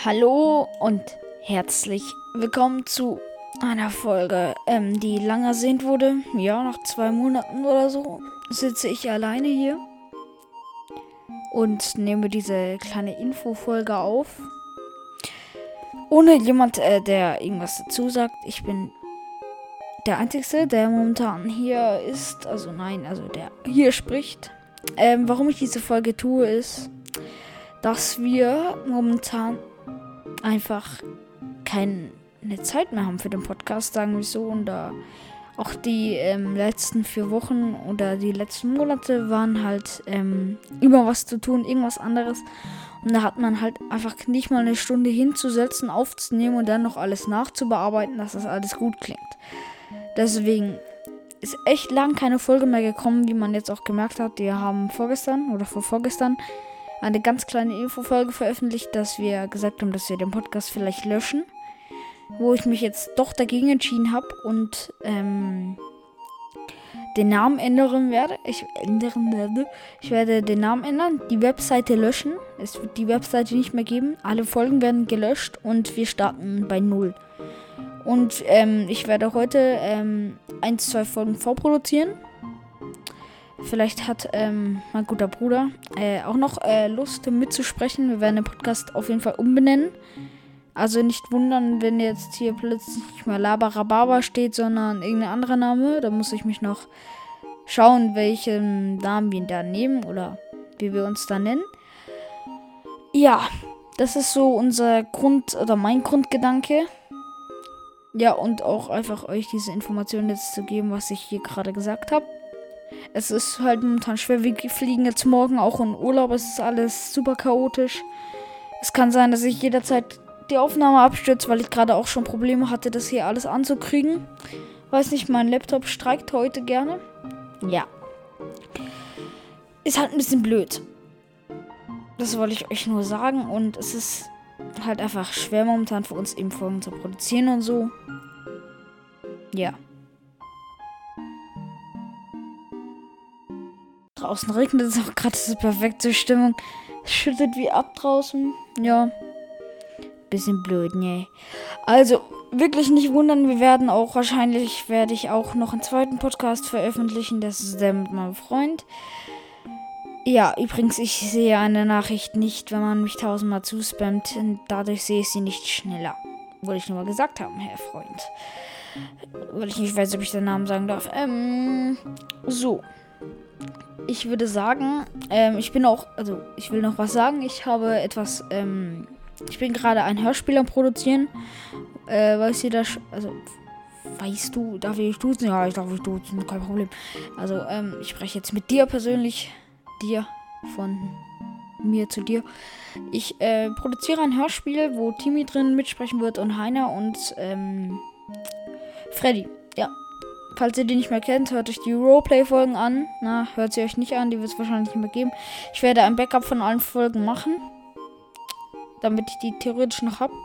Hallo und herzlich willkommen zu einer Folge, die lang ersehnt wurde. Ja, nach 2 Monaten oder so sitze ich alleine hier und nehme diese kleine Infofolge auf. Ohne jemand, der irgendwas dazu sagt. Ich bin der Einzige, der momentan hier ist. Also der hier spricht. Warum ich diese Folge tue, ist, dass wir momentan einfach keine Zeit mehr haben für den Podcast, sagen wir so. Und auch die letzten 4 Wochen oder die letzten Monate waren halt immer was zu tun, irgendwas anderes. Und da hat man halt einfach nicht mal eine Stunde hinzusetzen, aufzunehmen und dann noch alles nachzubearbeiten, dass das alles gut klingt. Deswegen ist echt lang keine Folge mehr gekommen, wie man jetzt auch gemerkt hat. Wir haben vorgestern oder vorvorgestern eine ganz kleine Infofolge veröffentlicht, dass wir gesagt haben, dass wir den Podcast vielleicht löschen. Wo ich mich jetzt doch dagegen entschieden habe und den Namen ändern werde. Ich werde den Namen ändern, die Webseite löschen. Es wird die Webseite nicht mehr geben. Alle Folgen werden gelöscht und wir starten bei 0. Und ich werde heute 1-2 Folgen vorproduzieren. Vielleicht hat mein guter Bruder auch noch Lust mitzusprechen. Wir werden den Podcast auf jeden Fall umbenennen. Also nicht wundern, wenn jetzt hier plötzlich nicht mehr Labarababa steht, sondern irgendein anderer Name. Da muss ich mich noch schauen, welchen Namen wir da nehmen oder wie wir uns da nennen. Ja, das ist so unser mein Grundgedanke. Ja, und auch einfach euch diese Informationen jetzt zu geben, was ich hier gerade gesagt habe. Es ist halt momentan schwer. Wir fliegen jetzt morgen auch in Urlaub. Es ist alles super chaotisch. Es kann sein, dass ich jederzeit die Aufnahme abstürzt, weil ich gerade auch schon Probleme hatte, das hier alles anzukriegen. Weiß nicht, mein Laptop streikt heute gerne. Ja. Ist halt ein bisschen blöd. Das wollte ich euch nur sagen. Und es ist halt einfach schwer momentan für uns eben Folgen zu produzieren und so. Ja. Draußen regnet es auch gerade, das ist perfekte Stimmung. Es schüttet wie ab draußen. Ja. Bisschen blöd, ne. Also, wirklich nicht wundern, werde ich auch noch einen zweiten Podcast veröffentlichen. Das ist der mit meinem Freund. Ja, übrigens, ich sehe eine Nachricht nicht, wenn man mich 1000-mal zuspammt. Und dadurch sehe ich sie nicht schneller. Wollte ich nur mal gesagt haben, Herr Freund. Weil ich nicht weiß, ob ich den Namen sagen darf. So. Ich würde sagen, ich will noch was sagen. Ich habe etwas, ich bin gerade ein Hörspiel am Produzieren. Weißt du, darf ich duzen? Ja, ich darf dich duzen, kein Problem. Also, ich spreche jetzt mit dir persönlich. Dir, von mir zu dir. Ich produziere ein Hörspiel, wo Timmy drin mitsprechen wird und Heiner und Freddy. Ja. Falls ihr die nicht mehr kennt, hört euch die Roleplay-Folgen an. Na, hört sie euch nicht an, die wird es wahrscheinlich nicht mehr geben. Ich werde ein Backup von allen Folgen machen, damit ich die theoretisch noch habe.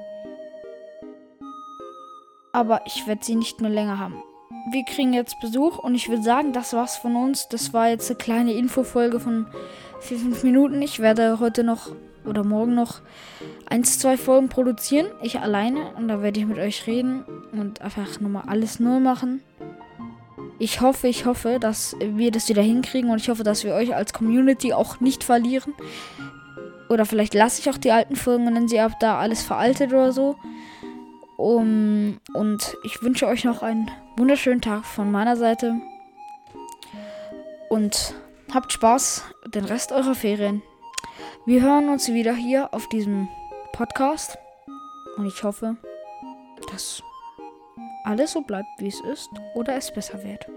Aber ich werde sie nicht mehr länger haben. Wir kriegen jetzt Besuch und ich würde sagen, das war's von uns. Das war jetzt eine kleine Infofolge von 4-5 Minuten. Ich werde heute noch oder morgen noch 1-2 Folgen produzieren. Ich alleine und da werde ich mit euch reden und einfach nochmal alles neu machen. Ich hoffe, dass wir das wieder hinkriegen und ich hoffe, dass wir euch als Community auch nicht verlieren. Oder vielleicht lasse ich auch die alten Folgen und dann sie ab da alles veraltet oder so. Und ich wünsche euch noch einen wunderschönen Tag von meiner Seite. Und habt Spaß den Rest eurer Ferien. Wir hören uns wieder hier auf diesem Podcast. Und ich hoffe, dass alles so bleibt, wie es ist. Oder es besser wird.